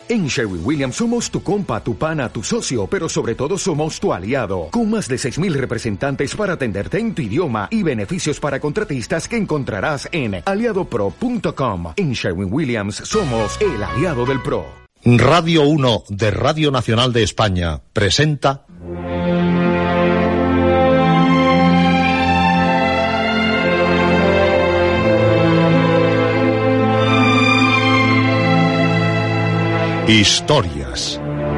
En Sherwin-Williams somos tu compa, tu pana, tu socio, pero sobre todo somos tu aliado, con más de 6,000 representantes para atenderte en tu idioma y beneficios para contratistas que encontrarás en aliadopro.com. En Sherwin-Williams somos el aliado del pro. Radio 1 de Radio Nacional de España presenta... Historias.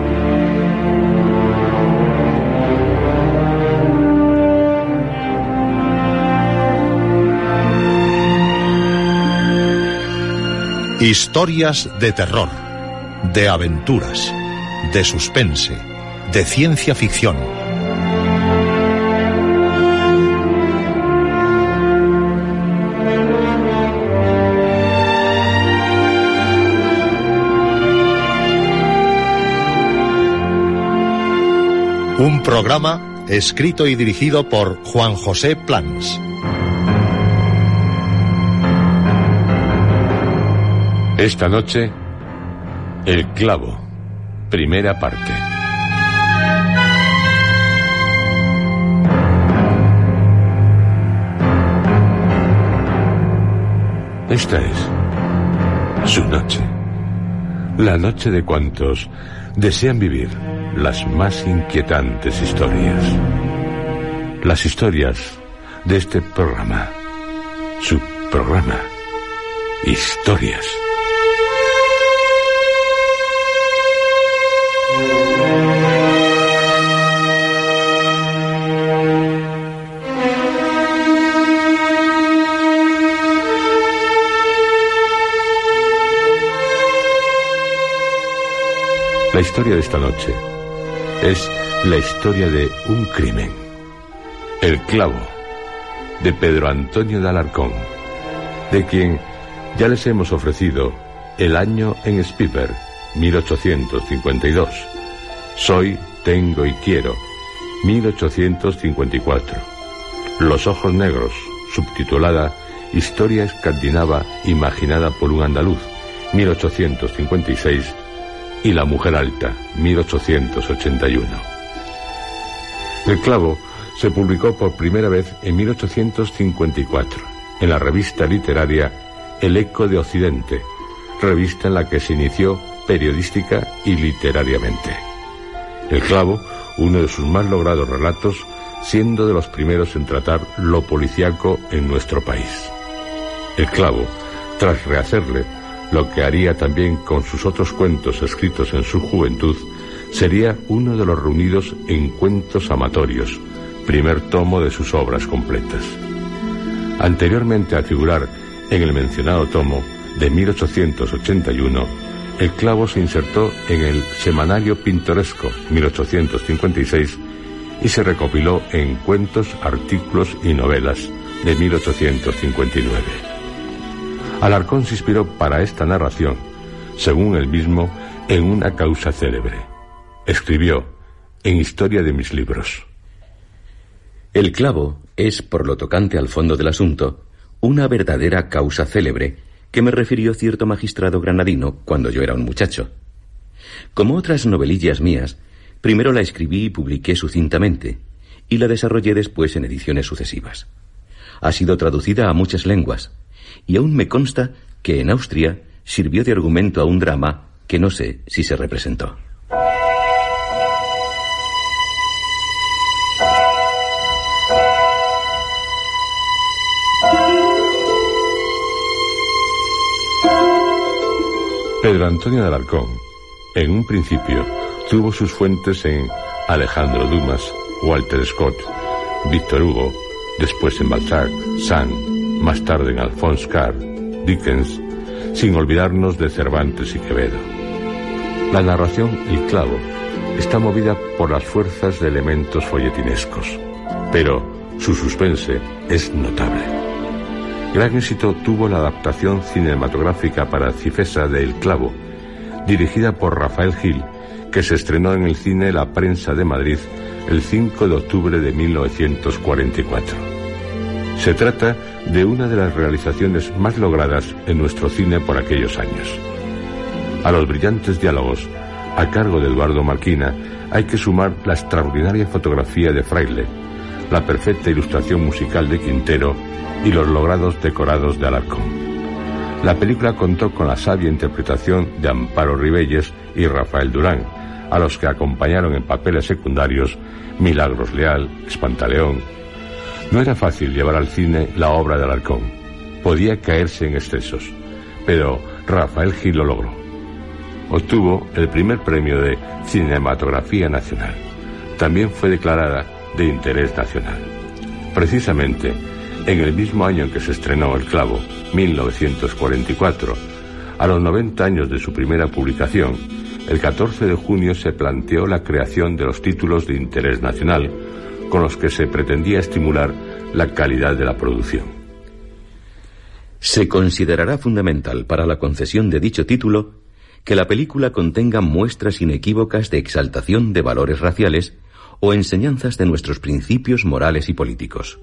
Historias de terror, de aventuras, de suspense, de ciencia ficción. Un programa escrito y dirigido por Juan José Plans. Esta noche, El clavo, primera parte. Esta es su noche. La noche de cuantos desean vivir las más inquietantes historias. Las historias de este programa. Su programa. Historias. La historia de esta noche es la historia de un crimen. El clavo, de Pedro Antonio de Alarcón, de quien ya les hemos ofrecido El año en Spielberg, 1852, Soy, tengo y quiero, 1854, Los ojos negros, subtitulada Historia escandinava imaginada por un andaluz, 1856, y La mujer alta, 1881. El clavo se publicó por primera vez en 1854 en la revista literaria El Eco de Occidente, revista en la que se inició periodística y literariamente. El clavo, uno de sus más logrados relatos, siendo de los primeros en tratar lo policíaco en nuestro país. El clavo, tras rehacerle, lo que haría también con sus otros cuentos escritos en su juventud, sería uno de los reunidos en Cuentos Amatorios, primer tomo de sus obras completas. Anteriormente a figurar en el mencionado tomo de 1881, el clavo se insertó en el Semanario Pintoresco, 1856, y se recopiló en Cuentos, Artículos y Novelas, de 1859. Alarcón se inspiró para esta narración, según él mismo, en una causa célebre. Escribió en Historia de mis libros: El clavo es, por lo tocante al fondo del asunto, una verdadera causa célebre que me refirió cierto magistrado granadino cuando yo era un muchacho. Como otras novelillas mías, primero la escribí y publiqué sucintamente, y la desarrollé después en ediciones sucesivas. Ha sido traducida a muchas lenguas, y aún me consta que en Austria sirvió de argumento a un drama que no sé si se representó. Pedro Antonio de Alarcón, en un principio, tuvo sus fuentes en Alejandro Dumas, Walter Scott, Víctor Hugo, después en Balzac, Sand, más tarde en Alphonse Karr, Dickens, sin olvidarnos de Cervantes y Quevedo. La narración El clavo está movida por las fuerzas de elementos folletinescos, pero su suspense es notable. Gran éxito tuvo la adaptación cinematográfica para Cifesa de El clavo, dirigida por Rafael Gil, que se estrenó en el cine La Prensa de Madrid el 5 de octubre de 1944. Se trata de una de las realizaciones más logradas en nuestro cine por aquellos años. A los brillantes diálogos, a cargo de Eduardo Marquina, hay que sumar la extraordinaria fotografía de Fraile, la perfecta ilustración musical de Quintero y los logrados decorados de Alarcón. La película contó con la sabia interpretación de Amparo Ribelles y Rafael Durán, a los que acompañaron en papeles secundarios Milagros Leal, Espantaleón. No era fácil llevar al cine la obra de Alarcón. Podía caerse en excesos, pero Rafael Gil lo logró. Obtuvo el primer premio de Cinematografía Nacional. También fue declarada de interés nacional. Precisamente, en el mismo año en que se estrenó El Clavo, 1944, a los 90 años de su primera publicación, el 14 de junio se planteó la creación de los títulos de interés nacional, con los que se pretendía estimular la calidad de la producción. Se considerará fundamental para la concesión de dicho título que la película contenga muestras inequívocas de exaltación de valores raciales o enseñanzas de nuestros principios morales y políticos.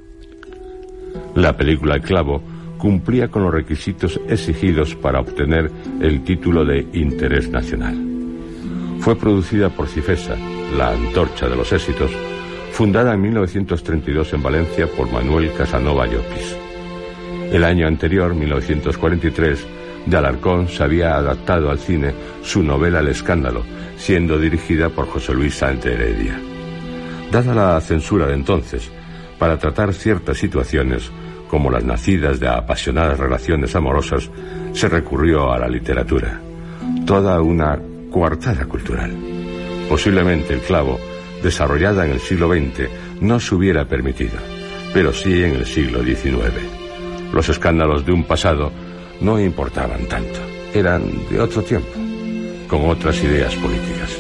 La película El Clavo cumplía con los requisitos exigidos para obtener el título de interés nacional. Fue producida por Cifesa, la antorcha de los éxitos, fundada en 1932 en Valencia por Manuel Casanova Llopis. El año anterior, 1943, de Alarcón se había adaptado al cine su novela El Escándalo, siendo dirigida por José Luis Sánchez Heredia. Dada la censura de entonces, para tratar ciertas situaciones, como las nacidas de apasionadas relaciones amorosas, se recurrió a la literatura. Toda una coartada cultural. Posiblemente El Clavo, desarrollada en el siglo XX, no se hubiera permitido, pero sí en el siglo XIX. Los escándalos de un pasado no importaban tanto, eran de otro tiempo, con otras ideas políticas.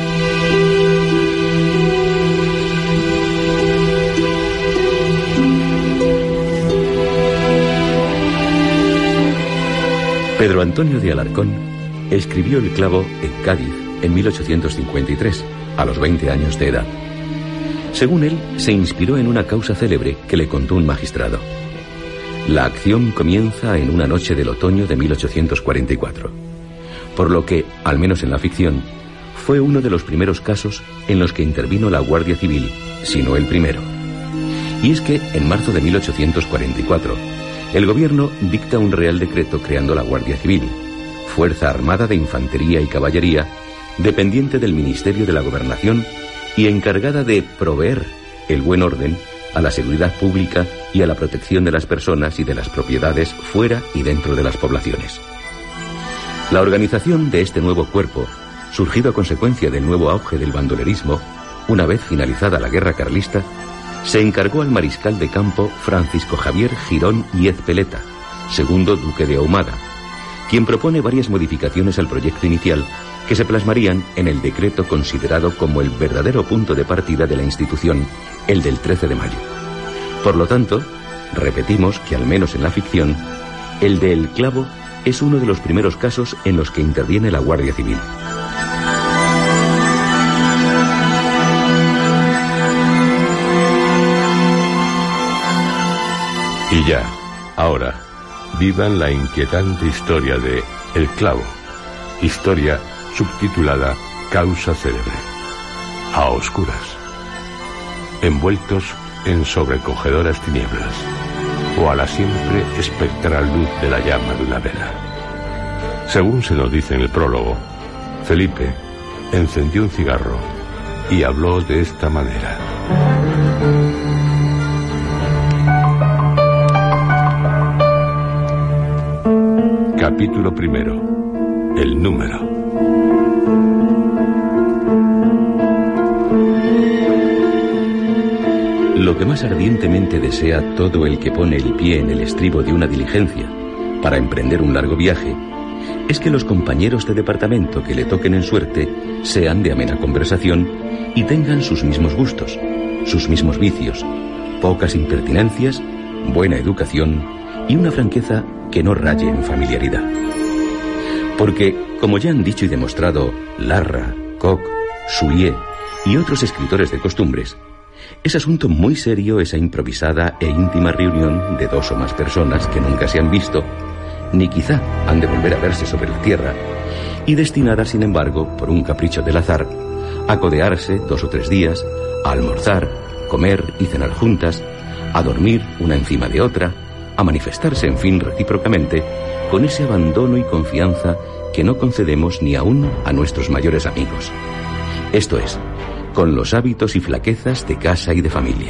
Pedro Antonio de Alarcón escribió El Clavo en Cádiz en 1853, a los 20 años de edad. Según él, se inspiró en una causa célebre que le contó un magistrado. La acción comienza en una noche del otoño de 1844, por lo que, al menos en la ficción, fue uno de los primeros casos en los que intervino la Guardia Civil, si no el primero. Y es que, en marzo de 1844, el gobierno dicta un real decreto creando la Guardia Civil, fuerza armada de infantería y caballería, dependiente del Ministerio de la Gobernación y encargada de proveer el buen orden a la seguridad pública y a la protección de las personas y de las propiedades fuera y dentro de las poblaciones. La organización de este nuevo cuerpo, surgido a consecuencia del nuevo auge del bandolerismo, una vez finalizada la guerra carlista, se encargó al mariscal de campo Francisco Javier Girón y Ezpeleta, segundo duque de Ahumada, quien propone varias modificaciones al proyecto inicial que se plasmarían en el decreto considerado como el verdadero punto de partida de la institución, el del 13 de mayo. Por lo tanto, repetimos que al menos en la ficción, el de El Clavo es uno de los primeros casos en los que interviene la Guardia Civil. Y ya, ahora, vivan la inquietante historia de El Clavo, historia subtitulada Causa Célebre. A oscuras, envueltos en sobrecogedoras tinieblas, o a la siempre espectral luz de la llama de una vela. Según se nos dice en el prólogo, Felipe encendió un cigarro y habló de esta manera. Capítulo primero. El número. Lo que más ardientemente desea todo el que pone el pie en el estribo de una diligencia para emprender un largo viaje es que los compañeros de departamento que le toquen en suerte sean de amena conversación y tengan sus mismos gustos, sus mismos vicios, pocas impertinencias, buena educación y una franqueza que no raye en familiaridad. Porque, como ya han dicho y demostrado Larra, Koch, Soulier y otros escritores de costumbres, es asunto muy serio esa improvisada e íntima reunión de dos o más personas que nunca se han visto, ni quizá han de volver a verse sobre la tierra, y destinada, sin embargo, por un capricho del azar, a codearse 2 o 3 días, a almorzar, comer y cenar juntas, a dormir una encima de otra, a manifestarse, en fin, recíprocamente, con ese abandono y confianza que no concedemos ni aún a nuestros mayores amigos. Esto es, con los hábitos y flaquezas de casa y de familia.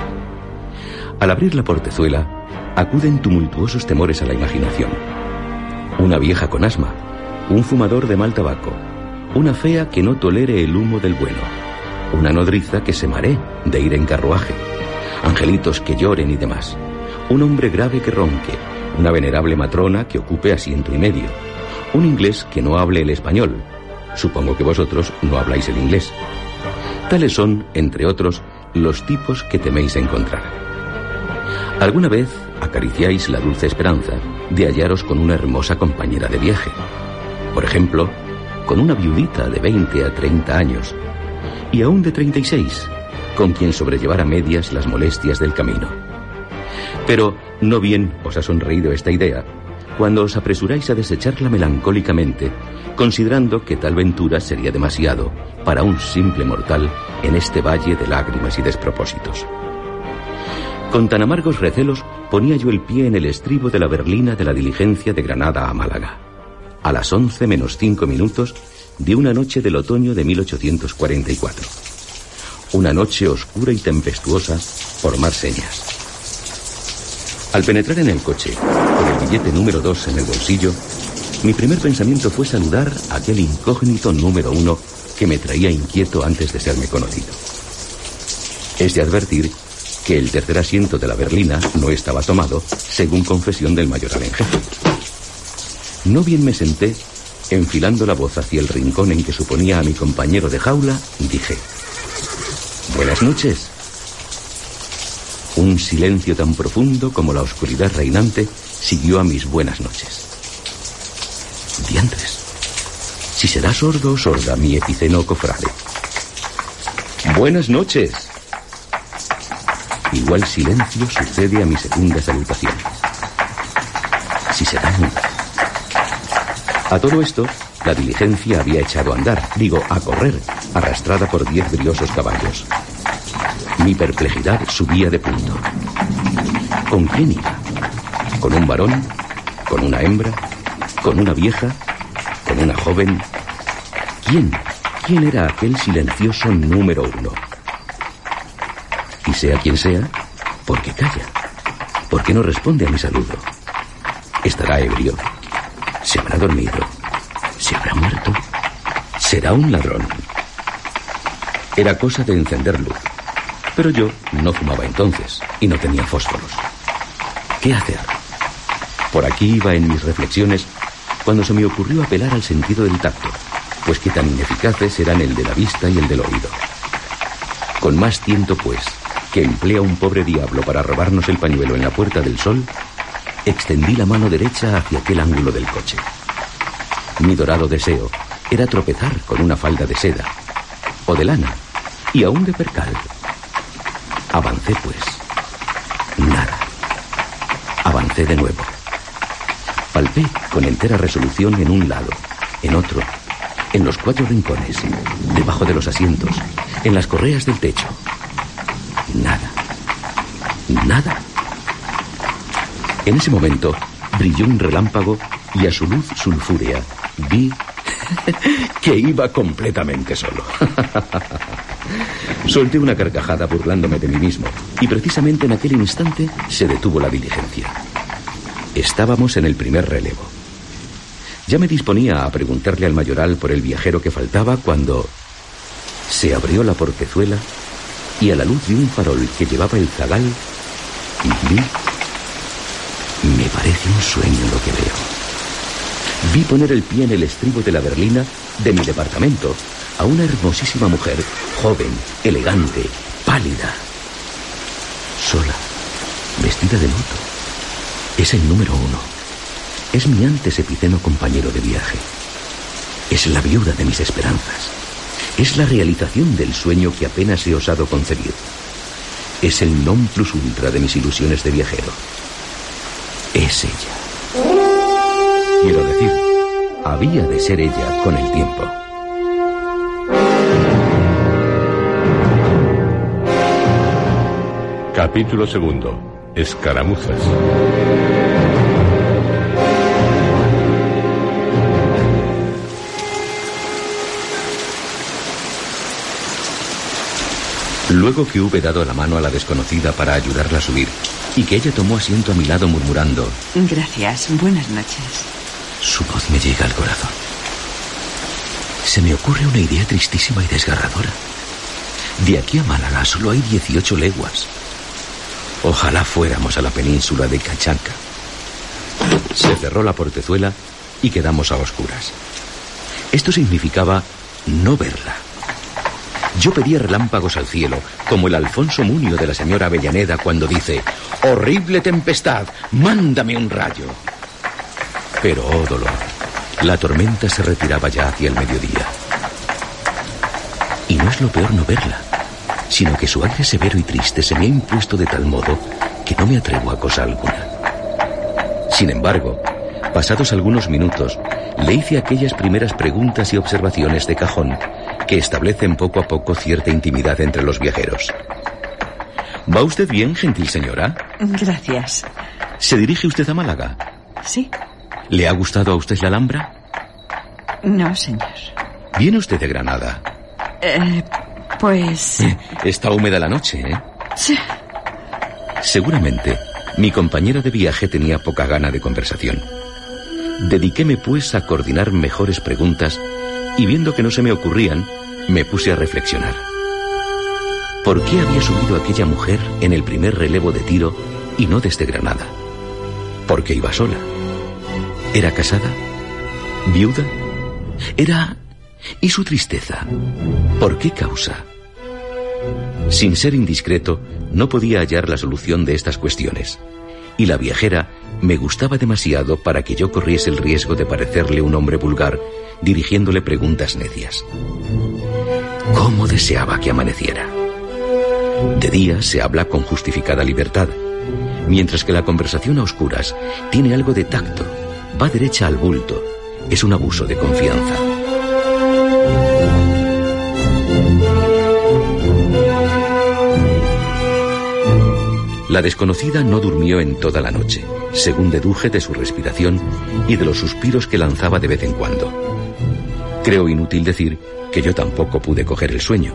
Al abrir la portezuela, acuden tumultuosos temores a la imaginación. Una vieja con asma, un fumador de mal tabaco, una fea que no tolere el humo del bueno, una nodriza que se maree de ir en carruaje, angelitos que lloren y demás, un hombre grave que ronque, una venerable matrona que ocupe asiento y medio, un inglés que no hable el español. Supongo que vosotros no habláis el inglés. Tales son, entre otros, los tipos que teméis encontrar. ¿Alguna vez acariciáis la dulce esperanza de hallaros con una hermosa compañera de viaje? Por ejemplo, con una viudita de 20 a 30 años, y aún de 36, con quien sobrellevar a medias las molestias del camino. Pero no bien os ha sonreído esta idea, cuando os apresuráis a desecharla melancólicamente, considerando que tal ventura sería demasiado para un simple mortal en este valle de lágrimas y despropósitos. Con tan amargos recelos ponía yo el pie en el estribo de la berlina de la diligencia de Granada a Málaga, a las 11 menos 5 minutos de una noche del otoño de 1844. Una noche oscura y tempestuosa por mar señas. Al penetrar en el coche, con el billete número 2 en el bolsillo, mi primer pensamiento fue saludar a aquel incógnito número 1 que me traía inquieto antes de serme conocido. Es de advertir que el tercer asiento de la berlina no estaba tomado, según confesión del mayoral en jefe. No bien me senté, enfilando la voz hacia el rincón en que suponía a mi compañero de jaula, dije: «Buenas noches». Un silencio tan profundo como la oscuridad reinante siguió a mis buenas noches. Diantres, si será sordo o sorda mi epiceno cofrade. «Buenas noches». Igual silencio sucede a mi segunda salutación. Si será muda. A todo esto, la diligencia había echado a andar, a correr, arrastrada por 10 briosos caballos. Mi perplejidad subía de punto. ¿Con quién iba? ¿Con un varón? ¿Con una hembra? ¿Con una vieja? ¿Con una joven? ¿Quién? ¿Quién era aquel silencioso número 1? Y sea quien sea, ¿por qué calla? ¿Por qué no responde a mi saludo? ¿Estará ebrio? ¿Se habrá dormido? ¿Se habrá muerto? ¿Será un ladrón? Era cosa de encender luz. Pero yo no fumaba entonces y no tenía fósforos. ¿Qué hacer? Por aquí iba en mis reflexiones cuando se me ocurrió apelar al sentido del tacto, pues que tan ineficaces eran el de la vista y el del oído. Con más tiento, pues, que emplea un pobre diablo para robarnos el pañuelo en la Puerta del Sol, extendí la mano derecha hacia aquel ángulo del coche. Mi dorado deseo era tropezar con una falda de seda, o de lana, y aún de percal. Avancé, pues. Nada. Avancé de nuevo. Palpé con entera resolución en un lado, en otro, en los 4 rincones, debajo de los asientos, en las correas del techo. Nada. Nada. En ese momento brilló un relámpago y a su luz sulfúrea vi que iba completamente solo. Solté una carcajada burlándome de mí mismo y precisamente en aquel instante se detuvo la diligencia. Estábamos en el primer relevo. Ya me disponía a preguntarle al mayoral por el viajero que faltaba cuando se abrió la portezuela y a la luz de un farol que llevaba el zagal y vi... Me parece un sueño lo que veo. Vi poner el pie en el estribo de la berlina de mi departamento a una hermosísima mujer, joven, elegante, pálida, sola, vestida de luto. Es el número 1. Es mi antes epiceno compañero de viaje. Es la viuda de mis esperanzas. Es la realización del sueño que apenas he osado concebir. Es el non plus ultra de mis ilusiones de viajero. Es ella. Quiero decir, había de ser ella con el tiempo. Capítulo 2. Escaramuzas. Luego que hube dado la mano a la desconocida para ayudarla a subir, y que ella tomó asiento a mi lado murmurando: Gracias, buenas noches. Su voz me llega al corazón. Se me ocurre una idea tristísima y desgarradora. De aquí a Málaga solo hay 18 leguas. Ojalá fuéramos a la península de Cachanca. Se cerró la portezuela y quedamos a oscuras. Esto significaba no verla. Yo pedía relámpagos al cielo, como el Alfonso Munio de la señora Avellaneda cuando dice: «Horrible tempestad, mándame un rayo». Pero, oh dolor, la tormenta se retiraba ya hacia el mediodía. Y no es lo peor no verla, sino que su aire severo y triste se me ha impuesto de tal modo que no me atrevo a cosa alguna. Sin embargo, pasados algunos minutos, le hice aquellas primeras preguntas y observaciones de cajón que establecen poco a poco cierta intimidad entre los viajeros. ¿Va usted bien, gentil señora? Gracias. ¿Se dirige usted a Málaga? Sí. ¿Le ha gustado a usted la Alhambra? No, señor. ¿Viene usted de Granada? Pues... Está húmeda la noche, ¿eh? Sí. Seguramente, mi compañera de viaje tenía poca gana de conversación. Dediquéme, pues, a coordinar mejores preguntas y viendo que no se me ocurrían, me puse a reflexionar. ¿Por qué había subido aquella mujer en el primer relevo de tiro y no desde Granada? ¿Por qué iba sola? ¿Era casada? ¿Viuda? ¿Era...? ¿Y su tristeza? ¿Por qué causa? Sin ser indiscreto, no podía hallar la solución de estas cuestiones, y la viajera me gustaba demasiado para que yo corriese el riesgo de parecerle un hombre vulgar, dirigiéndole preguntas necias. ¿Cómo deseaba que amaneciera? De día se habla con justificada libertad, mientras que la conversación a oscuras tiene algo de tacto, va derecha al bulto, es un abuso de confianza. La desconocida no durmió en toda la noche, según deduje de su respiración y de los suspiros que lanzaba de vez en cuando. Creo inútil decir que yo tampoco pude coger el sueño.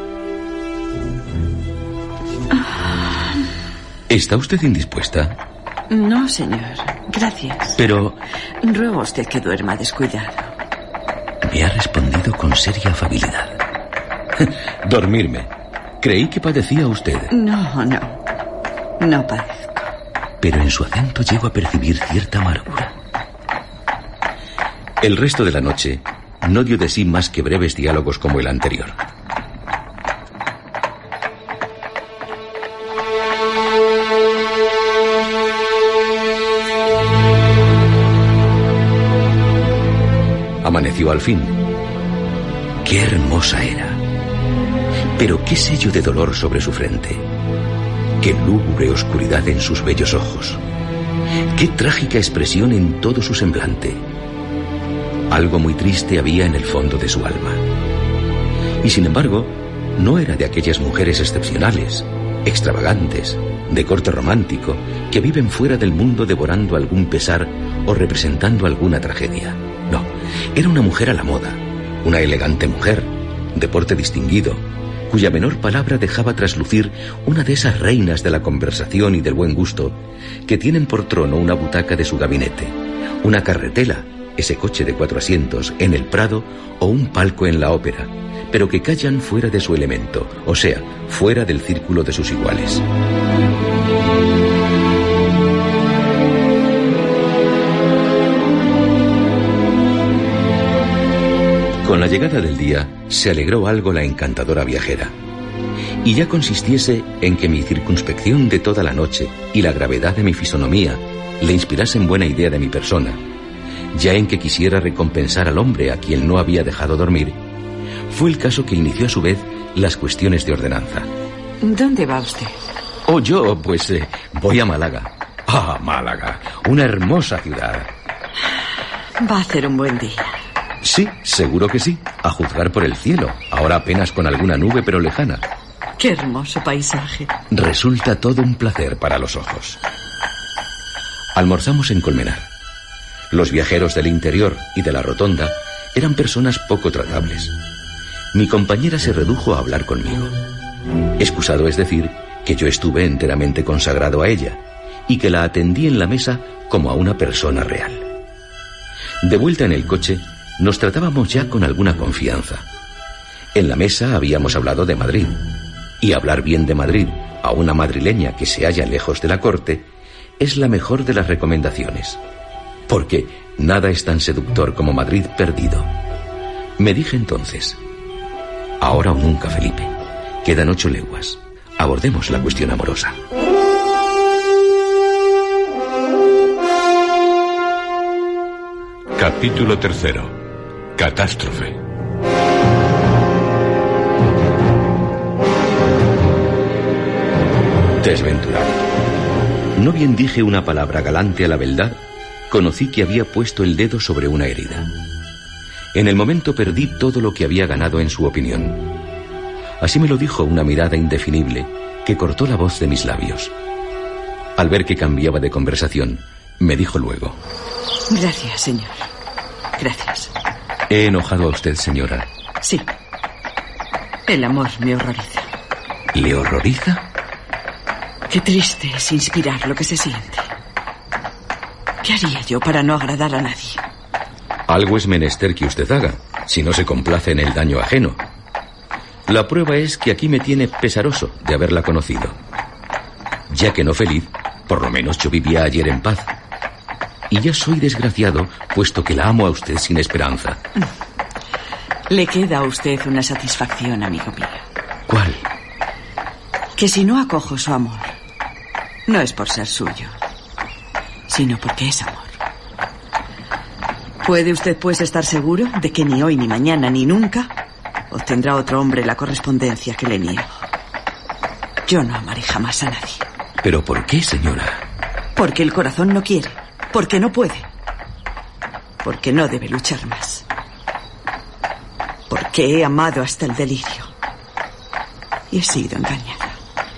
¿Está usted indispuesta? No, señor. Gracias. Pero... Ruego a usted que duerma descuidado. Me ha respondido con seria afabilidad. Dormirme. Creí que padecía usted. No, no. No padezco. Pero en su acento llego a percibir cierta amargura. El resto de la noche no dio de sí más que breves diálogos como el anterior. Amaneció al fin. ¡Qué hermosa era! Pero qué sello de dolor sobre su frente. ¡Qué lúgubre oscuridad en sus bellos ojos! ¡Qué trágica expresión en todo su semblante! Algo muy triste había en el fondo de su alma. Y sin embargo, no era de aquellas mujeres excepcionales, extravagantes, de corte romántico, que viven fuera del mundo devorando algún pesar o representando alguna tragedia. No, era una mujer a la moda, una elegante mujer, de porte distinguido, cuya menor palabra dejaba traslucir una de esas reinas de la conversación y del buen gusto que tienen por trono una butaca de su gabinete, una carretela, ese coche de 4 asientos, en el Prado o un palco en la ópera, pero que callan fuera de su elemento, o sea, fuera del círculo de sus iguales. Con la llegada del día, se alegró algo la encantadora viajera. Y ya consistiese en que mi circunspección de toda la noche y la gravedad de mi fisonomía le inspirasen buena idea de mi persona, ya en que quisiera recompensar al hombre a quien no había dejado dormir, fue el caso que inició a su vez las cuestiones de ordenanza. ¿Dónde va usted? Oh, yo, pues, voy a Málaga. Ah, Málaga, una hermosa ciudad. Va a hacer un buen día. Sí, seguro que sí, a juzgar por el cielo, ahora apenas con alguna nube pero lejana. Qué hermoso paisaje. Resulta todo un placer para los ojos. Almorzamos en Colmenar. Los viajeros del interior y de la rotonda eran personas poco tratables. Mi compañera se redujo a hablar conmigo. Excusado es decir que yo estuve enteramente consagrado a ella y que la atendí en la mesa como a una persona real. De vuelta en el coche, nos tratábamos ya con alguna confianza. En la mesa habíamos hablado de Madrid, y hablar bien de Madrid a una madrileña que se halla lejos de la corte es la mejor de las recomendaciones, porque nada es tan seductor como Madrid perdido. Me dije entonces: ahora o nunca, Felipe. Quedan 8 leguas. Abordemos la cuestión amorosa. Capítulo 3. Catástrofe. Desventurado. No bien dije una palabra galante a la beldad, conocí que había puesto el dedo sobre una herida. En el momento perdí todo lo que había ganado en su opinión. Así me lo dijo una mirada indefinible que cortó la voz de mis labios. Al ver que cambiaba de conversación, me dijo luego: Gracias, señor. Gracias. ¿He enojado a usted, señora? Sí. El amor me horroriza. ¿Le horroriza? Qué triste es inspirar lo que se siente. ¿Qué haría yo para no agradar a nadie? Algo es menester que usted haga, si no se complace en el daño ajeno. La prueba es que aquí me tiene pesaroso de haberla conocido. Ya que no feliz, por lo menos yo vivía ayer en paz. Y ya soy desgraciado, puesto que la amo a usted sin esperanza. Le queda a usted una satisfacción, amigo mío. ¿Cuál? Que si no acojo su amor, no es por ser suyo, sino porque es amor. ¿Puede usted, pues, estar seguro de que ni hoy, ni mañana, ni nunca obtendrá otro hombre la correspondencia que le niego? Yo no amaré jamás a nadie. ¿Pero por qué, señora? Porque el corazón no quiere, porque no puede, porque no debe luchar más, porque he amado hasta el delirio y he sido engañada.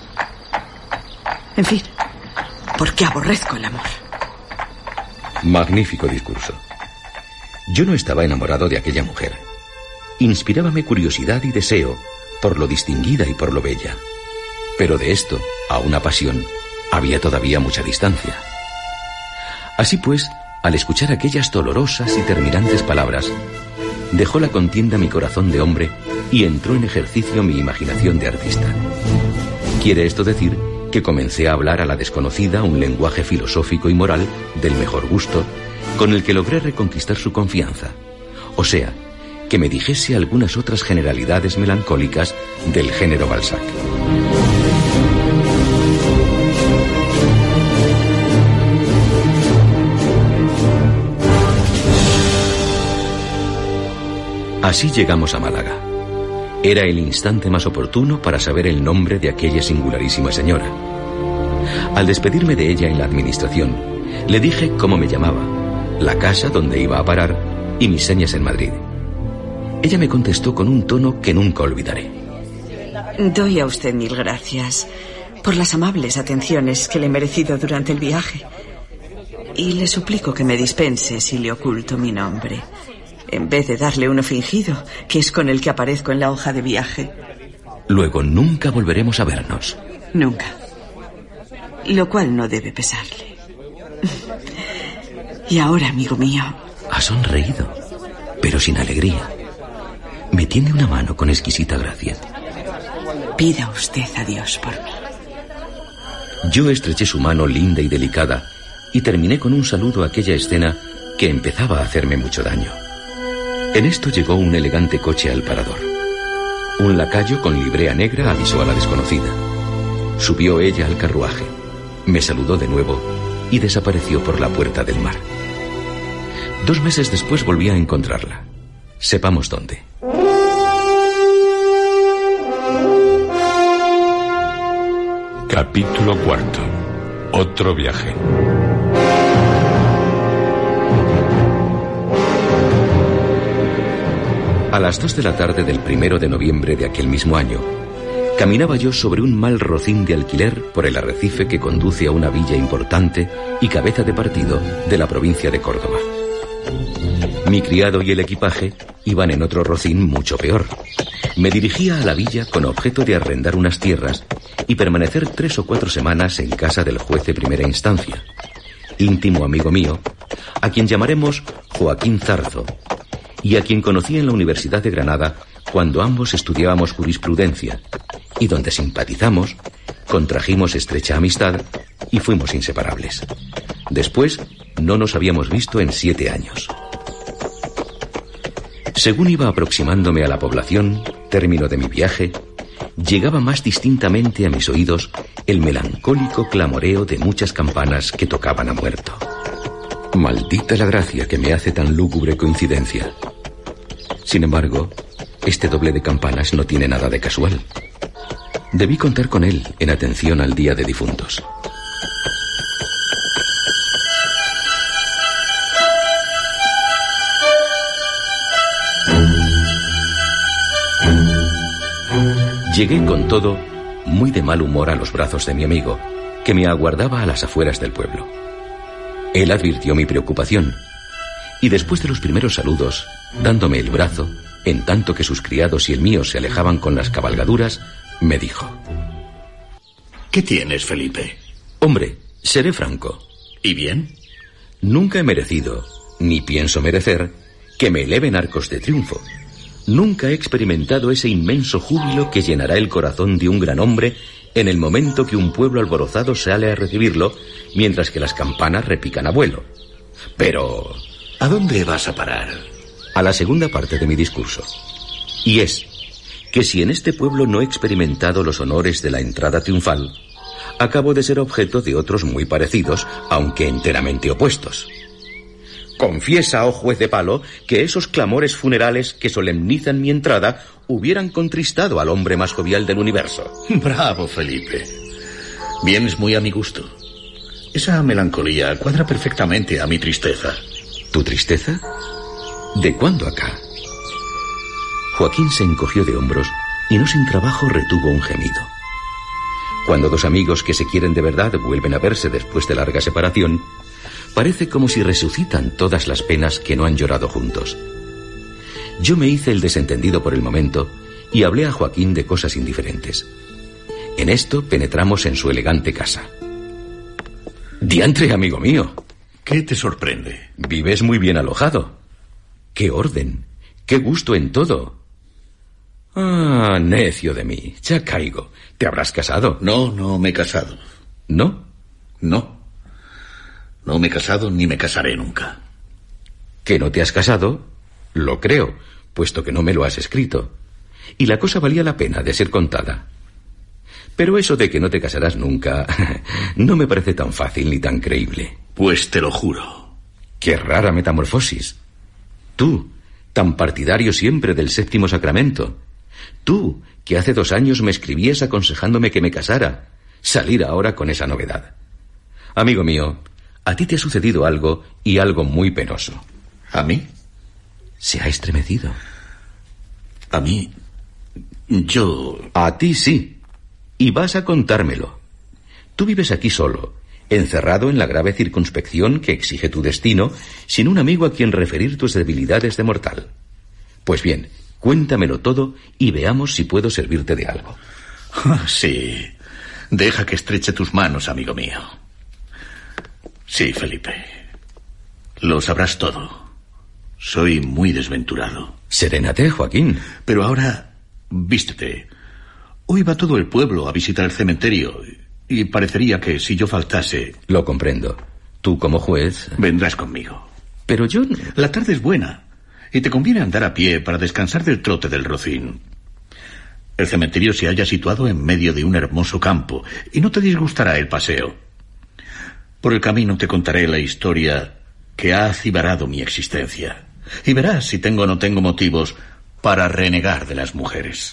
En fin, porque aborrezco el amor. Magnífico discurso. Yo no estaba enamorado de aquella mujer. Inspirábame curiosidad y deseo por lo distinguida y por lo bella. Pero de esto a una pasión había todavía mucha distancia. Así pues, al escuchar aquellas dolorosas y terminantes palabras, dejó la contienda mi corazón de hombre y entró en ejercicio mi imaginación de artista. Quiere esto decir que comencé a hablar a la desconocida un lenguaje filosófico y moral del mejor gusto, con el que logré reconquistar su confianza. O sea, que me dijese algunas otras generalidades melancólicas del género Balzac. Así llegamos a Málaga. Era el instante más oportuno para saber el nombre de aquella singularísima señora. Al despedirme de ella en la administración, le dije cómo me llamaba, la casa donde iba a parar y mis señas en Madrid. Ella me contestó con un tono que nunca olvidaré. Doy a usted mil gracias por las amables atenciones que le he merecido durante el viaje. Y le suplico que me dispense si le oculto mi nombre, en vez de darle uno fingido, que es con el que aparezco en la hoja de viaje. Luego nunca volveremos a vernos. Nunca. Lo cual no debe pesarle. Y ahora, amigo mío... Ha sonreído, pero sin alegría. Me tiende una mano con exquisita gracia. Pida usted a Dios por mí. Yo estreché su mano linda y delicada y terminé con un saludo a aquella escena que empezaba a hacerme mucho daño. En esto llegó un elegante coche al parador. Un lacayo con librea negra avisó a la desconocida. Subió ella al carruaje, me saludó de nuevo y desapareció por la puerta del mar. 2 meses después volví a encontrarla. Sepamos dónde. Capítulo 4. Otro viaje. A las 2 de la tarde del 1 de noviembre de aquel mismo año, caminaba yo sobre un mal rocín de alquiler por el arrecife que conduce a una villa importante y cabeza de partido de la provincia de Córdoba. Mi criado y el equipaje iban en otro rocín mucho peor. Me dirigía a la villa con objeto de arrendar unas tierras y permanecer 3 o 4 semanas en casa del juez de primera instancia, íntimo amigo mío, a quien llamaremos Joaquín Zarzo, y a quien conocí en la Universidad de Granada cuando ambos estudiábamos jurisprudencia, y donde simpatizamos, contrajimos estrecha amistad y fuimos inseparables. Después, no nos habíamos visto en 7 años. Según iba aproximándome a la población, término de mi viaje, llegaba más distintamente a mis oídos el melancólico clamoreo de muchas campanas que tocaban a muerto. Maldita la gracia que me hace tan lúgubre coincidencia. Sin embargo, este doble de campanas no tiene nada de casual. Debí contar con él en atención al Día de Difuntos. Llegué con todo muy de mal humor a los brazos de mi amigo, que me aguardaba a las afueras del pueblo. Él advirtió mi preocupación, y después de los primeros saludos, dándome el brazo, en tanto que sus criados y el mío se alejaban con las cabalgaduras, me dijo: ¿Qué tienes, Felipe? Hombre, seré franco. ¿Y bien? Nunca he merecido, ni pienso merecer, que me eleven arcos de triunfo. Nunca he experimentado ese inmenso júbilo que llenará el corazón de un gran hombre en el momento que un pueblo alborozado sale a recibirlo, mientras que las campanas repican a vuelo. Pero... ¿a dónde vas a parar? A la segunda parte de mi discurso. Y es que si en este pueblo no he experimentado los honores de la entrada triunfal, acabo de ser objeto de otros muy parecidos, aunque enteramente opuestos. Confiesa, oh juez de palo, que esos clamores funerales que solemnizan mi entrada hubieran contristado al hombre más jovial del universo. Bravo, Felipe. Vienes muy a mi gusto. Esa melancolía cuadra perfectamente a mi tristeza. ¿Tu tristeza? ¿De cuándo acá? Joaquín se encogió de hombros y no sin trabajo retuvo un gemido. Cuando dos amigos que se quieren de verdad vuelven a verse después de larga separación, parece como si resucitan todas las penas que no han llorado juntos. Yo me hice el desentendido por el momento y hablé a Joaquín de cosas indiferentes. En esto penetramos en su elegante casa. ¡Diantre, amigo mío! ¿Qué te sorprende? Vives muy bien alojado. ¡Qué orden! ¡Qué gusto en todo! Ah, necio de mí, ya caigo. ¿Te habrás casado? No, no me he casado. ¿No? No. No me he casado ni me casaré nunca. ¿Que no te has casado? Lo creo, puesto que no me lo has escrito. Y la cosa valía la pena de ser contada. Pero eso de que no te casarás nunca no me parece tan fácil ni tan creíble. Pues te lo juro. ¡Qué rara metamorfosis! Tú, tan partidario siempre del séptimo sacramento. Tú, que hace 2 años me escribías aconsejándome que me casara. Salir ahora con esa novedad. Amigo mío, a ti te ha sucedido algo, y algo muy penoso. ¿A mí? Se ha estremecido. A mí... yo... A ti sí. Y vas a contármelo. Tú vives aquí solo, encerrado en la grave circunspección que exige tu destino, sin un amigo a quien referir tus debilidades de mortal. Pues bien, cuéntamelo todo y veamos si puedo servirte de algo. Sí. Deja que estreche tus manos, amigo mío. Sí, Felipe. Lo sabrás todo. Soy muy desventurado. Serénate, Joaquín. Pero ahora, vístete. Hoy va todo el pueblo a visitar el cementerio y parecería que si yo faltase... Lo comprendo. Tú, como juez... Vendrás conmigo. Pero yo... La tarde es buena y te conviene andar a pie para descansar del trote del rocín. El cementerio se halla situado en medio de un hermoso campo y no te disgustará el paseo. Por el camino te contaré la historia que ha acibarado mi existencia y verás si tengo o no tengo motivos para renegar de las mujeres.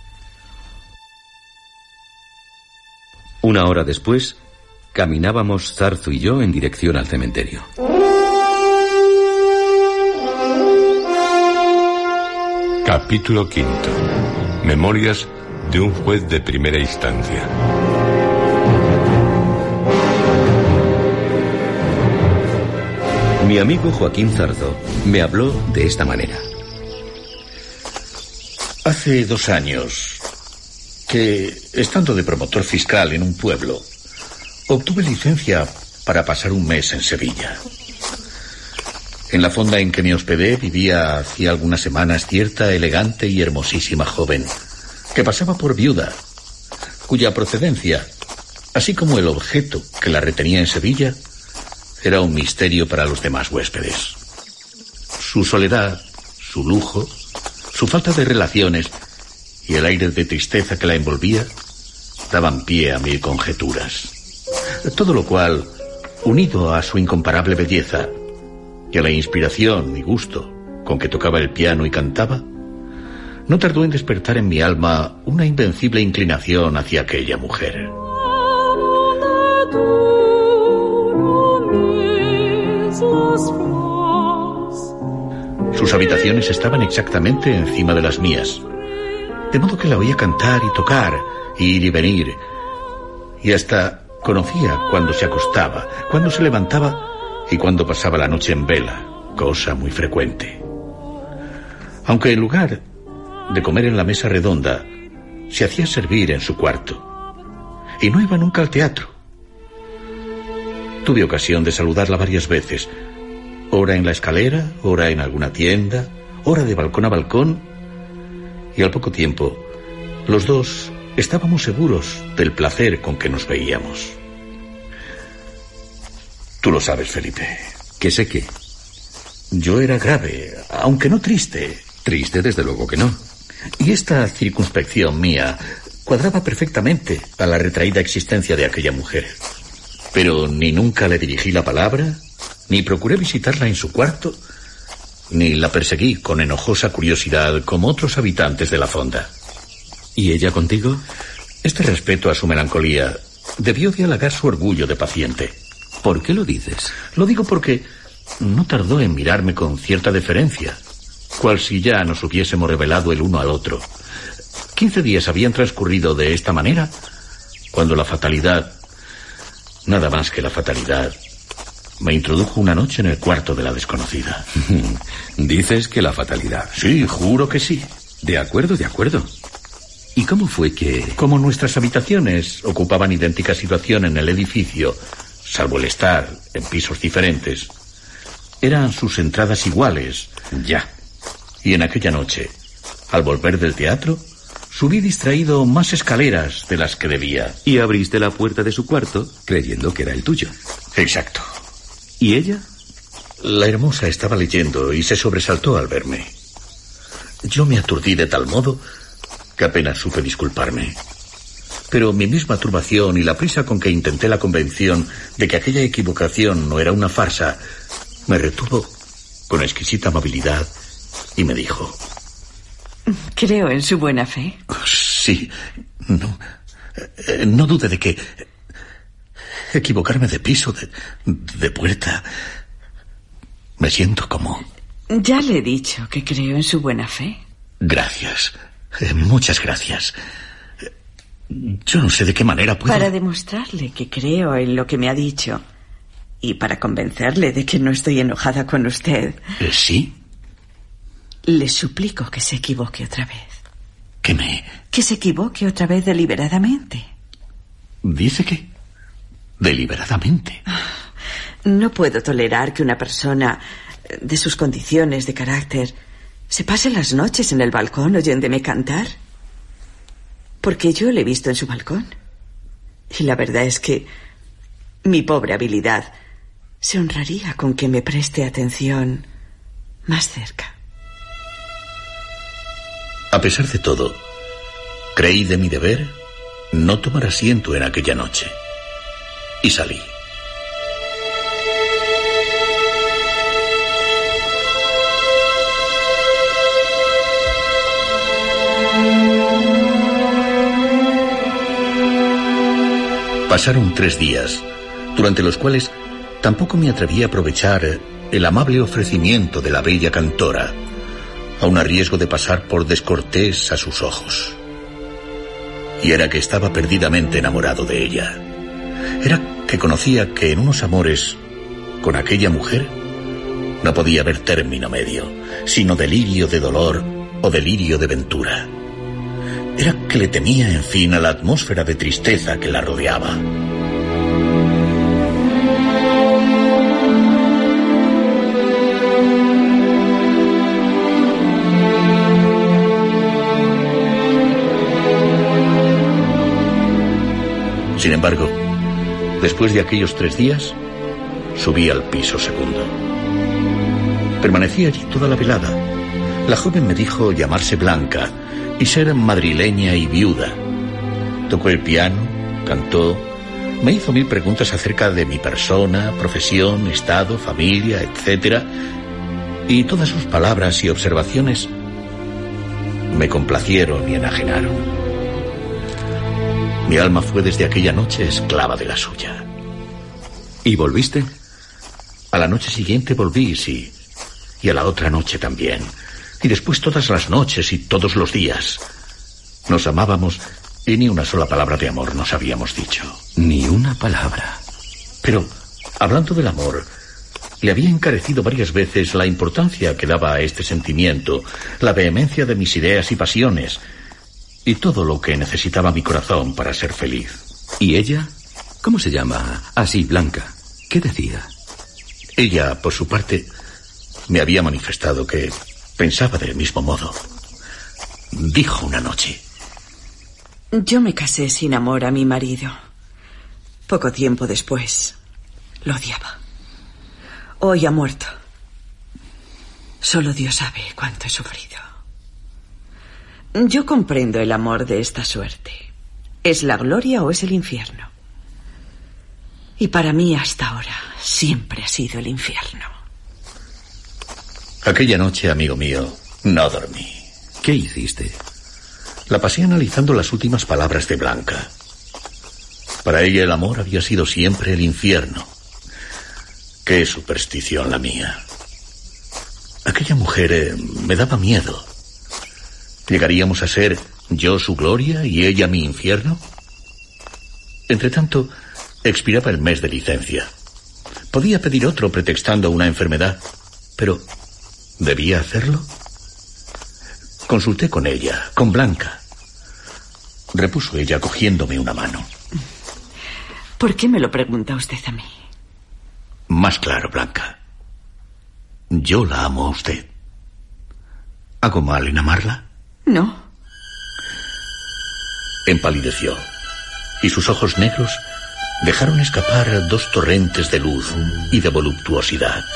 1 hora después, caminábamos Zarzo y yo en dirección al cementerio. Capítulo 5. Memorias de un juez de primera instancia. Mi amigo Joaquín Zarzo me habló de esta manera. Hace 2 años que, estando de promotor fiscal en un pueblo, obtuve licencia para pasar un mes en Sevilla. En la fonda en que me hospedé vivía hacía algunas semanas cierta elegante y hermosísima joven que pasaba por viuda, cuya procedencia, así como el objeto que la retenía en Sevilla, era un misterio para los demás huéspedes. Su soledad, su lujo, su falta de relaciones y el aire de tristeza que la envolvía daban pie a 1000 conjeturas. Todo lo cual, unido a su incomparable belleza y a la inspiración y gusto con que tocaba el piano y cantaba, no tardó en despertar en mi alma una invencible inclinación hacia aquella mujer. Sus habitaciones estaban exactamente encima de las mías, de modo que la oía cantar y tocar, ir y venir, y hasta conocía cuándo se acostaba, cuándo se levantaba y cuándo pasaba la noche en vela, cosa muy frecuente. Aunque en lugar de comer en la mesa redonda, se hacía servir en su cuarto, y no iba nunca al teatro. Tuve ocasión de saludarla varias veces, ora en la escalera, ora en alguna tienda, ora de balcón a balcón, y al poco tiempo los dos estábamos seguros del placer con que nos veíamos. Tú lo sabes, Felipe. ¿Qué sé qué? Yo era grave, aunque no triste. Triste, desde luego que no. Y esta circunspección mía cuadraba perfectamente a la retraída existencia de aquella mujer. Pero ni nunca le dirigí la palabra, ni procuré visitarla en su cuarto, ni la perseguí con enojosa curiosidad como otros habitantes de la fonda. ¿Y ella contigo? Este respeto a su melancolía debió de halagar su orgullo de paciente. ¿Por qué lo dices? Lo digo porque no tardó en mirarme con cierta deferencia, cual si ya nos hubiésemos revelado el uno al otro. 15 días habían transcurrido de esta manera, cuando la fatalidad, nada más que la fatalidad, me introdujo una noche en el cuarto de la desconocida. ¿Dices que la fatalidad? Sí, juro que sí. De acuerdo, de acuerdo. ¿Y cómo fue que...? Como nuestras habitaciones ocupaban idéntica situación en el edificio, salvo el estar en pisos diferentes, eran sus entradas iguales. Ya. Y en aquella noche, al volver del teatro, subí distraído más escaleras de las que debía. Y abriste la puerta de su cuarto creyendo que era el tuyo. Exacto. ¿Y ella? La hermosa estaba leyendo y se sobresaltó al verme. Yo me aturdí de tal modo que apenas supe disculparme. Pero mi misma turbación y la prisa con que intenté la convención de que aquella equivocación no era una farsa me retuvo con exquisita amabilidad y me dijo: Creo en su buena fe. Sí, no dude de que equivocarme de piso, de puerta, me siento como... Ya le he dicho que creo en su buena fe. Gracias, muchas gracias. Yo no sé de qué manera puedo... Para demostrarle que creo en lo que me ha dicho y para convencerle de que no estoy enojada con usted... ¿Sí? Le suplico que se equivoque otra vez. Que se equivoque otra vez deliberadamente. ¿Dice que deliberadamente? No puedo tolerar que una persona de sus condiciones de carácter se pase las noches en el balcón oyéndome cantar. Porque yo le he visto en su balcón. Y la verdad es que mi pobre habilidad se honraría con que me preste atención más cerca. A pesar de todo, creí de mi deber no tomar asiento en aquella noche. Y salí. Pasaron 3 días, durante los cuales tampoco me atreví a aprovechar el amable ofrecimiento de la bella cantora, aun a riesgo de pasar por descortés a sus ojos. Y era que estaba perdidamente enamorado de ella. Era que conocía que en unos amores con aquella mujer no podía haber término medio, sino delirio de dolor o delirio de ventura. Era que le temía, en fin, a la atmósfera de tristeza que la rodeaba. Sin embargo, después de aquellos 3 días, subí al piso segundo. Permanecí allí toda la velada. La joven me dijo llamarse Blanca y ser madrileña y viuda. Tocó el piano, cantó, me hizo 1000 preguntas acerca de mi persona, profesión, estado, familia, etc. Y todas sus palabras y observaciones me complacieron y enajenaron. Mi alma fue desde aquella noche esclava de la suya. ¿Y volviste? A la noche siguiente volví, sí. Y a la otra noche también. Y después todas las noches y todos los días. Nos amábamos y ni una sola palabra de amor nos habíamos dicho. Ni una palabra. Pero, hablando del amor, le había encarecido varias veces la importancia que daba a este sentimiento, la vehemencia de mis ideas y pasiones, y todo lo que necesitaba mi corazón para ser feliz. ¿Y ella? ¿Cómo se llama? Así, Blanca. ¿Qué decía? Ella, por su parte, me había manifestado que pensaba del mismo modo. Dijo una noche: yo me casé sin amor a mi marido. Poco tiempo después, lo odiaba. Hoy ha muerto. Solo Dios sabe cuánto he sufrido. Yo comprendo el amor de esta suerte. ¿Es la gloria o es el infierno? Y para mí, hasta ahora, siempre ha sido el infierno. Aquella noche, amigo mío, no dormí. ¿Qué hiciste? La pasé analizando las últimas palabras de Blanca. Para ella el amor había sido siempre el infierno. Qué superstición la mía. Aquella mujer me daba miedo. ¿Llegaríamos a ser yo su gloria y ella mi infierno? Entretanto, expiraba el mes de licencia. Podía pedir otro pretextando una enfermedad, pero ¿debía hacerlo? Consulté con ella, con Blanca. Repuso ella cogiéndome una mano. ¿Por qué me lo pregunta usted a mí? Más claro, Blanca. Yo la amo a usted. ¿Hago mal en amarla? No. Empalideció, y sus ojos negros dejaron escapar 2 torrentes de luz y de voluptuosidad.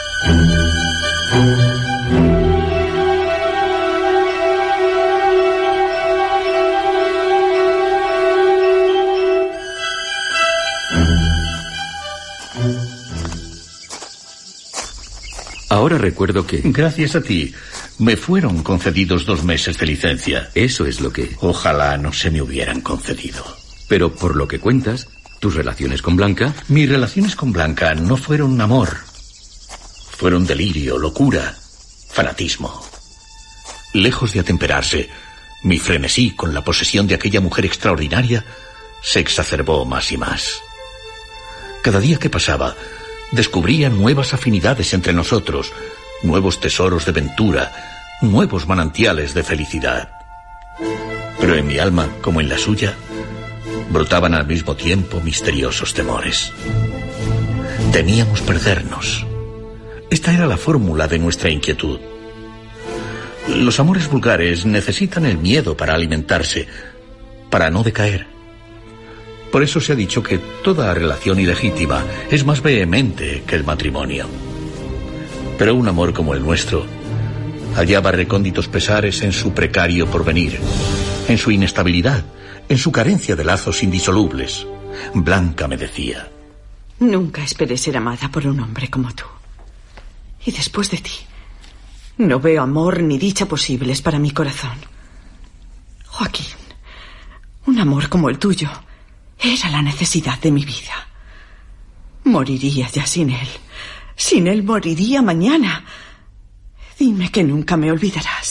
Ahora recuerdo que... Gracias a ti, me fueron concedidos 2 meses de licencia. Eso es lo que... Ojalá no se me hubieran concedido. Pero por lo que cuentas, tus relaciones con Blanca... Mis relaciones con Blanca no fueron amor. Fueron delirio, locura, fanatismo. Lejos de atemperarse, mi frenesí con la posesión de aquella mujer extraordinaria se exacerbó más y más. Cada día que pasaba, descubría nuevas afinidades entre nosotros, nuevos tesoros de ventura, nuevos manantiales de felicidad. Pero en mi alma, como en la suya, brotaban al mismo tiempo misteriosos temores. Temíamos perdernos. Esta era la fórmula de nuestra inquietud. Los amores vulgares necesitan el miedo para alimentarse, para no decaer. Por eso se ha dicho que toda relación ilegítima es más vehemente que el matrimonio. Pero un amor como el nuestro hallaba recónditos pesares en su precario porvenir, en su inestabilidad, en su carencia de lazos indisolubles. Blanca me decía: nunca esperé ser amada por un hombre como tú. Y después de ti, no veo amor ni dicha posibles para mi corazón. Joaquín, un amor como el tuyo era la necesidad de mi vida. Moriría ya sin él. Sin él moriría mañana. Dime que nunca me olvidarás.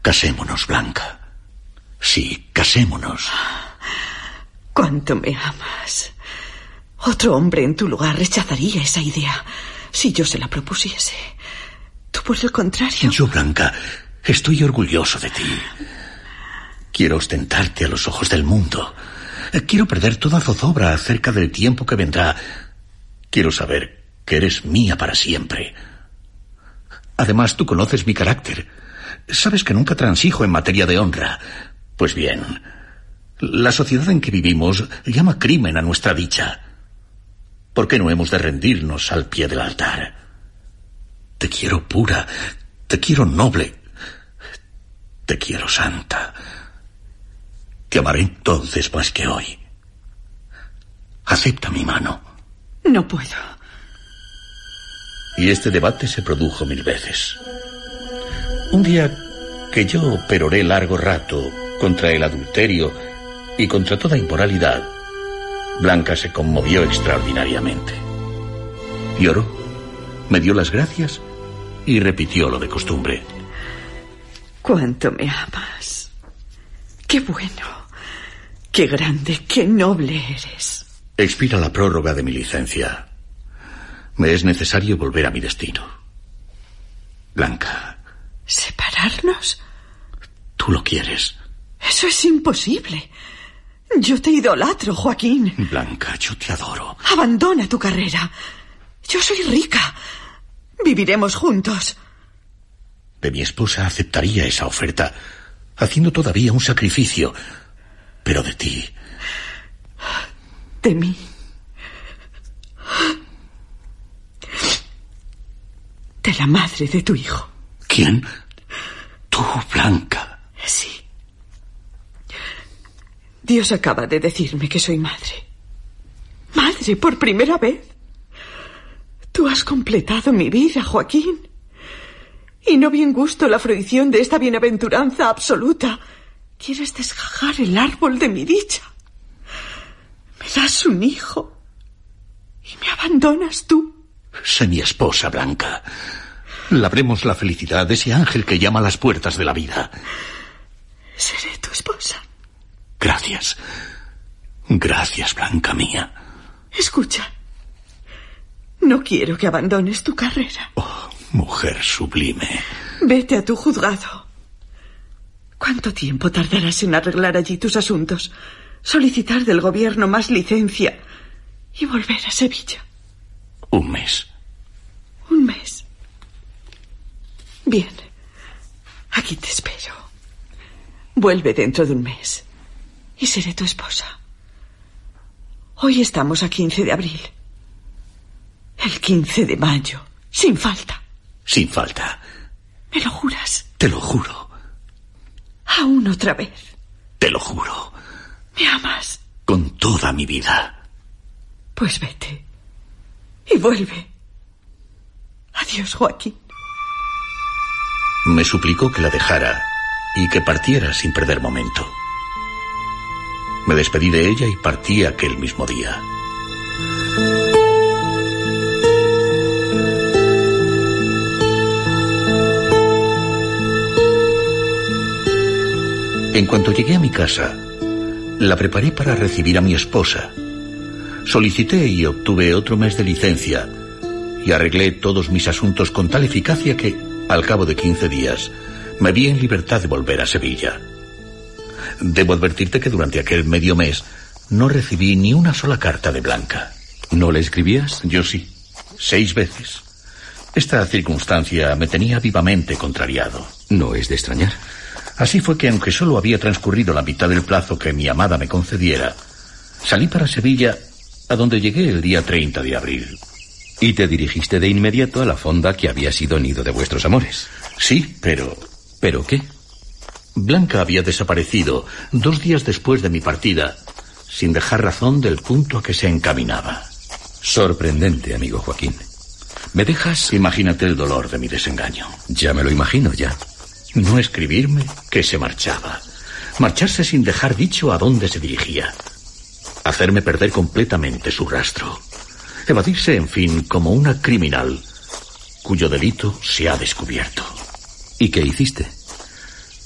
Casémonos, Blanca. Sí, casémonos. Cuánto me amas. Otro hombre en tu lugar rechazaría esa idea si yo se la propusiese. Tú, por el contrario... Yo, Blanca, estoy orgulloso de ti. Quiero ostentarte a los ojos del mundo. Quiero perder toda zozobra acerca del tiempo que vendrá. Quiero saber que eres mía para siempre. Además, tú conoces mi carácter. Sabes que nunca transijo en materia de honra. Pues bien, la sociedad en que vivimos llama crimen a nuestra dicha. ¿Por qué no hemos de rendirnos al pie del altar? Te quiero pura, te quiero noble, te quiero santa. Te amaré entonces más que hoy. Acepta mi mano. No puedo. Y este debate se produjo 1000 veces. Un día que yo peroré largo rato contra el adulterio y contra toda inmoralidad, Blanca se conmovió extraordinariamente. Lloró, me dio las gracias y repitió lo de costumbre. Cuánto me amas. Qué bueno, qué grande, qué noble eres. Expira la prórroga de mi licencia. Me es necesario volver a mi destino. Blanca. ¿Separarnos? ¿Tú lo quieres? Eso es imposible. Yo te idolatro, Joaquín. Blanca, yo te adoro. Abandona tu carrera. Yo soy rica. Viviremos juntos. De mi esposa aceptaría esa oferta, haciendo todavía un sacrificio. Pero de ti... De mí... De la madre de tu hijo. ¿Quién? Tú, Blanca. Sí. Dios acaba de decirme que soy madre. Madre, por primera vez. Tú has completado mi vida, Joaquín. Y no bien gusto la fruición de esta bienaventuranza absoluta. Quieres desgajar el árbol de mi dicha. Me das un hijo y me abandonas tú. Sé mi esposa, Blanca. Labremos la felicidad de ese ángel que llama a las puertas de la vida. Seré tu esposa. Gracias. Gracias, Blanca mía. Escucha. No quiero que abandones tu carrera. Oh, mujer sublime. Vete a tu juzgado. ¿Cuánto tiempo tardarás en arreglar allí tus asuntos? Solicitar del gobierno más licencia y volver a Sevilla. 1 mes. 1 mes. Bien. Aquí te espero. Vuelve dentro de 1 mes y seré tu esposa. Hoy estamos a 15 de abril. El 15 de mayo. Sin falta. Sin falta. ¿Me lo juras? Te lo juro. Aún otra vez. Te lo juro. ¿Me amas? Con toda mi vida. Pues vete. Y vuelve. Adiós, Joaquín. Me suplicó que la dejara y que partiera sin perder momento. Me despedí de ella y partí aquel mismo día. En cuanto llegué a mi casa, la preparé para recibir a mi esposa. Solicité y obtuve otro mes de licencia y arreglé todos mis asuntos con tal eficacia que, al cabo de 15 días, me vi en libertad de volver a Sevilla. Debo advertirte que durante aquel medio mes no recibí ni una sola carta de Blanca. ¿No le escribías? Yo sí, 6 veces. Esta circunstancia me tenía vivamente contrariado. No es de extrañar. Así fue que, aunque solo había transcurrido la mitad del plazo que mi amada me concediera, salí para Sevilla, a donde llegué el día 30 de abril. Y te dirigiste de inmediato a la fonda que había sido nido de vuestros amores. Sí, pero... ¿Pero qué? Blanca había desaparecido 2 días después de mi partida, sin dejar razón del punto a que se encaminaba. Sorprendente, amigo Joaquín. ¿Me dejas? Imagínate el dolor de mi desengaño. Ya me lo imagino, ya. No escribirme que se marchaba. Marcharse sin dejar dicho a dónde se dirigía. Hacerme perder completamente su rastro. Evadirse, en fin, como una criminal cuyo delito se ha descubierto. ¿Y qué hiciste?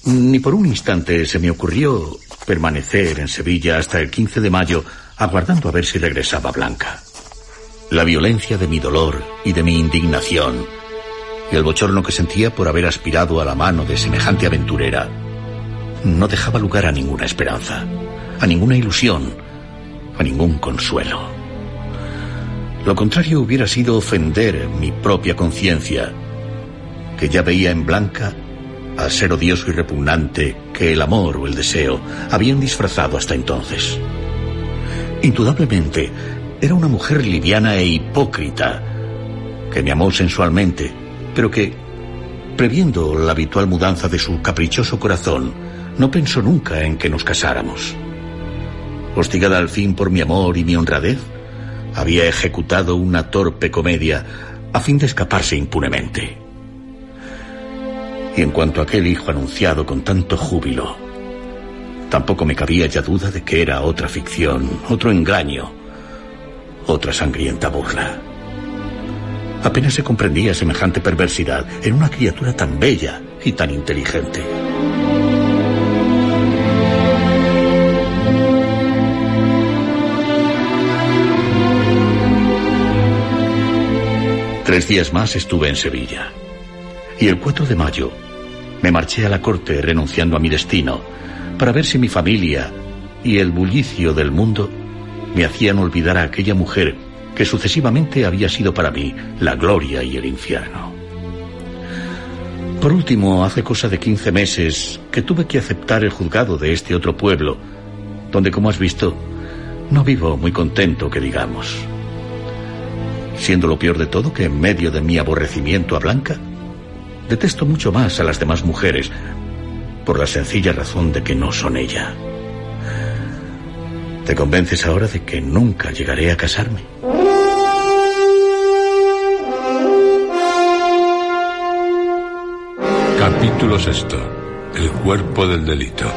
Ni por un instante se me ocurrió permanecer en Sevilla hasta el 15 de mayo, aguardando a ver si regresaba Blanca. La violencia de mi dolor y de mi indignación, y el bochorno que sentía por haber aspirado a la mano de semejante aventurera, no dejaba lugar a ninguna esperanza, a ninguna ilusión, a ningún consuelo. Lo contrario hubiera sido ofender mi propia conciencia, que ya veía en Blanca al ser odioso y repugnante que el amor o el deseo habían disfrazado hasta entonces. Indudablemente, era una mujer liviana e hipócrita, que me amó sensualmente, pero que, previendo la habitual mudanza de su caprichoso corazón, no pensó nunca en que nos casáramos. Hostigada al fin por mi amor y mi honradez, había ejecutado una torpe comedia a fin de escaparse impunemente. Y en cuanto a aquel hijo anunciado con tanto júbilo, tampoco me cabía ya duda de que era otra ficción, otro engaño, otra sangrienta burla. Apenas se comprendía semejante perversidad en una criatura tan bella y tan inteligente. Tres días más estuve en Sevilla. Y el 4 de mayo me marché a la corte renunciando a mi destino, para ver si mi familia y el bullicio del mundo me hacían olvidar a aquella mujer que sucesivamente había sido para mí la gloria y el infierno. Por último, hace cosa de 15 meses que tuve que aceptar el juzgado de este otro pueblo, donde, como has visto, no vivo muy contento, que digamos. Siendo lo peor de todo que en medio de mi aborrecimiento a Blanca, detesto mucho más a las demás mujeres, por la sencilla razón de que no son ella. ¿Te convences ahora de que nunca llegaré a casarme? Capítulo 6. El cuerpo del delito.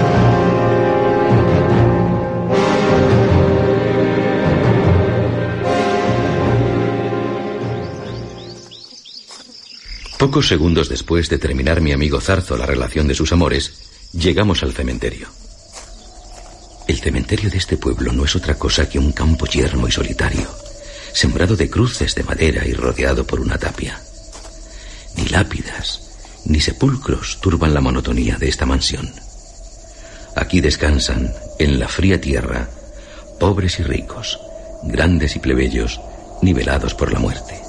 Pocos segundos después de terminar mi amigo Zarzo la relación de sus amores, llegamos al cementerio. El cementerio de este pueblo no es otra cosa que un campo yermo y solitario, sembrado de cruces de madera y rodeado por una tapia. Ni lápidas, ni sepulcros turban la monotonía de esta mansión. Aquí descansan, en la fría tierra, pobres y ricos, grandes y plebeyos, nivelados por la muerte.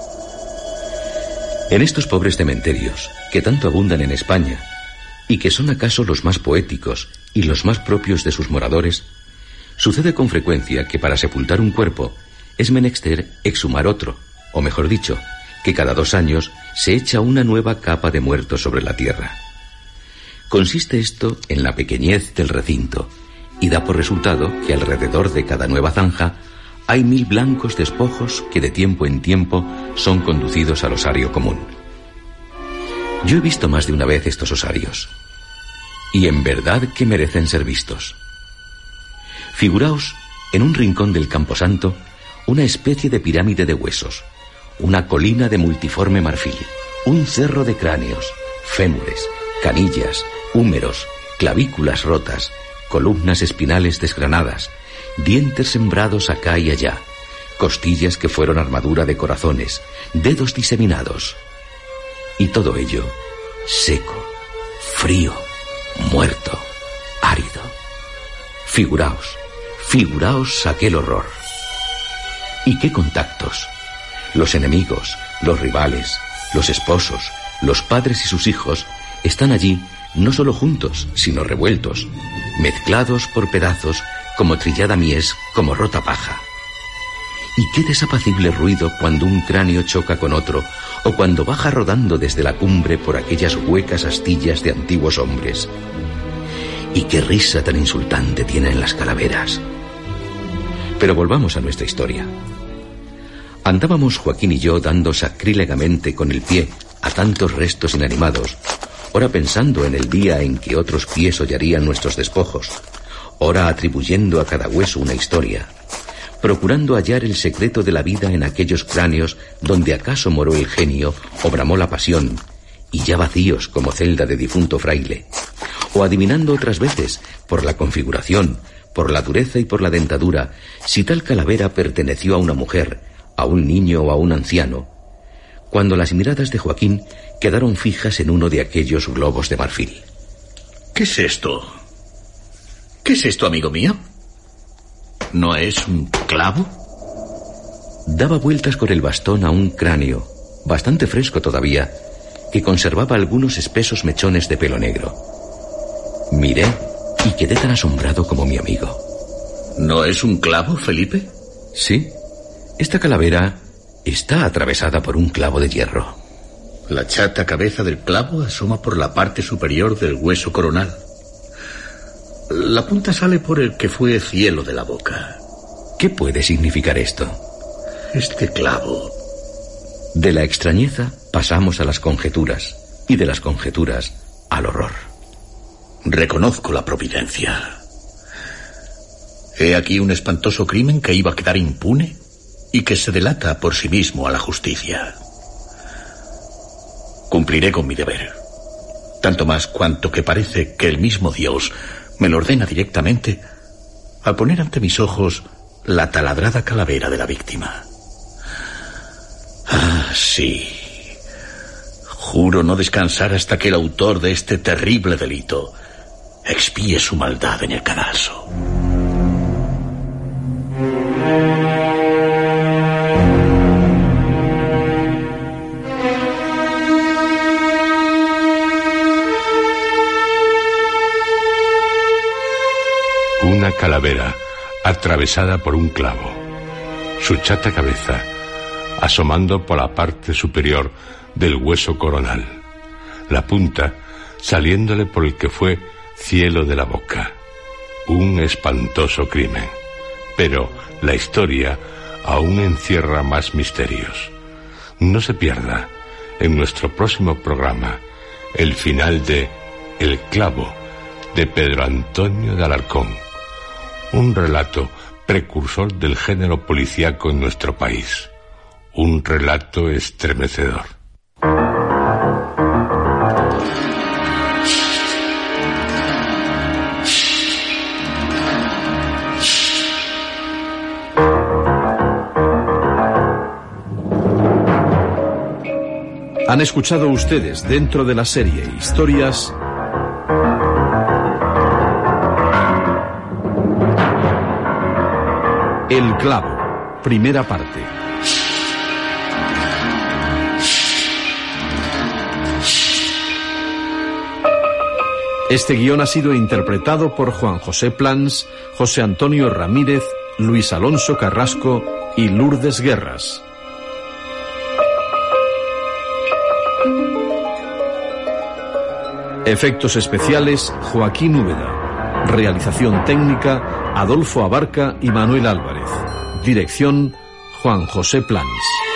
En estos pobres cementerios, que tanto abundan en España, y que son acaso los más poéticos y los más propios de sus moradores, sucede con frecuencia que para sepultar un cuerpo es menester exhumar otro, o mejor dicho, que cada 2 años se echa una nueva capa de muertos sobre la tierra. Consiste esto en la pequeñez del recinto, y da por resultado que alrededor de cada nueva zanja hay 1000 blancos despojos que de tiempo en tiempo son conducidos al osario común. Yo he visto más de una vez estos osarios, y en verdad que merecen ser vistos. Figuraos en un rincón del camposanto una especie de pirámide de huesos, una colina de multiforme marfil, un cerro de cráneos, fémures, canillas, húmeros, clavículas rotas, columnas espinales desgranadas, dientes sembrados acá y allá, costillas que fueron armadura de corazones, dedos diseminados. Y todo ello seco, frío, muerto, árido. Figuraos aquel horror. ¿Y qué contactos? Los enemigos, los rivales, los esposos, los padres y sus hijos están allí no solo juntos, sino revueltos, mezclados por pedazos como trillada mies, como rota paja. Y qué desapacible ruido cuando un cráneo choca con otro, o cuando baja rodando desde la cumbre por aquellas huecas astillas de antiguos hombres. Y qué risa tan insultante tienen las calaveras. Pero volvamos a nuestra historia. Andábamos Joaquín y yo dando sacrílegamente con el pie a tantos restos inanimados, ora pensando en el día en que otros pies hollarían nuestros despojos, ora atribuyendo a cada hueso una historia, procurando hallar el secreto de la vida en aquellos cráneos donde acaso moró el genio o bramó la pasión, y ya vacíos como celda de difunto fraile, o adivinando otras veces, por la configuración, por la dureza y por la dentadura, si tal calavera perteneció a una mujer, a un niño o a un anciano, cuando las miradas de Joaquín quedaron fijas en uno de aquellos globos de marfil. ¿Qué es esto? ¿Qué es esto, amigo mío? ¿No es un clavo? Daba vueltas con el bastón a un cráneo, bastante fresco todavía, que conservaba algunos espesos mechones de pelo negro. Miré y quedé tan asombrado como mi amigo. ¿No es un clavo, Felipe? Sí, esta calavera está atravesada por un clavo de hierro. La chata cabeza del clavo asoma por la parte superior del hueso coronal. La punta sale por el que fue cielo de la boca. ¿Qué puede significar esto? Este clavo... De la extrañeza pasamos a las conjeturas, y de las conjeturas al horror. Reconozco la providencia. He aquí un espantoso crimen que iba a quedar impune y que se delata por sí mismo a la justicia. Cumpliré con mi deber, tanto más cuanto que parece que el mismo Dios me lo ordena directamente al poner ante mis ojos la taladrada calavera de la víctima. Ah, sí. Juro no descansar hasta que el autor de este terrible delito expíe su maldad en el cadalso. Una calavera atravesada por un clavo, su chata cabeza asomando por la parte superior del hueso coronal, la punta saliéndole por el que fue cielo de la boca. Un espantoso crimen, pero la historia aún encierra más misterios. No se pierda en nuestro próximo programa el final de El clavo, de Pedro Antonio de Alarcón, un relato precursor del género policíaco en nuestro país. Un relato estremecedor. Han escuchado ustedes dentro de la serie Historias El clavo, primera parte. Este guión ha sido interpretado por Juan José Plans, José Antonio Ramírez, Luis Alonso Carrasco y Lourdes Guerras. Efectos especiales, Joaquín Úbeda. Realización técnica, Adolfo Abarca y Manuel Álvarez. Dirección, Juan José Plans.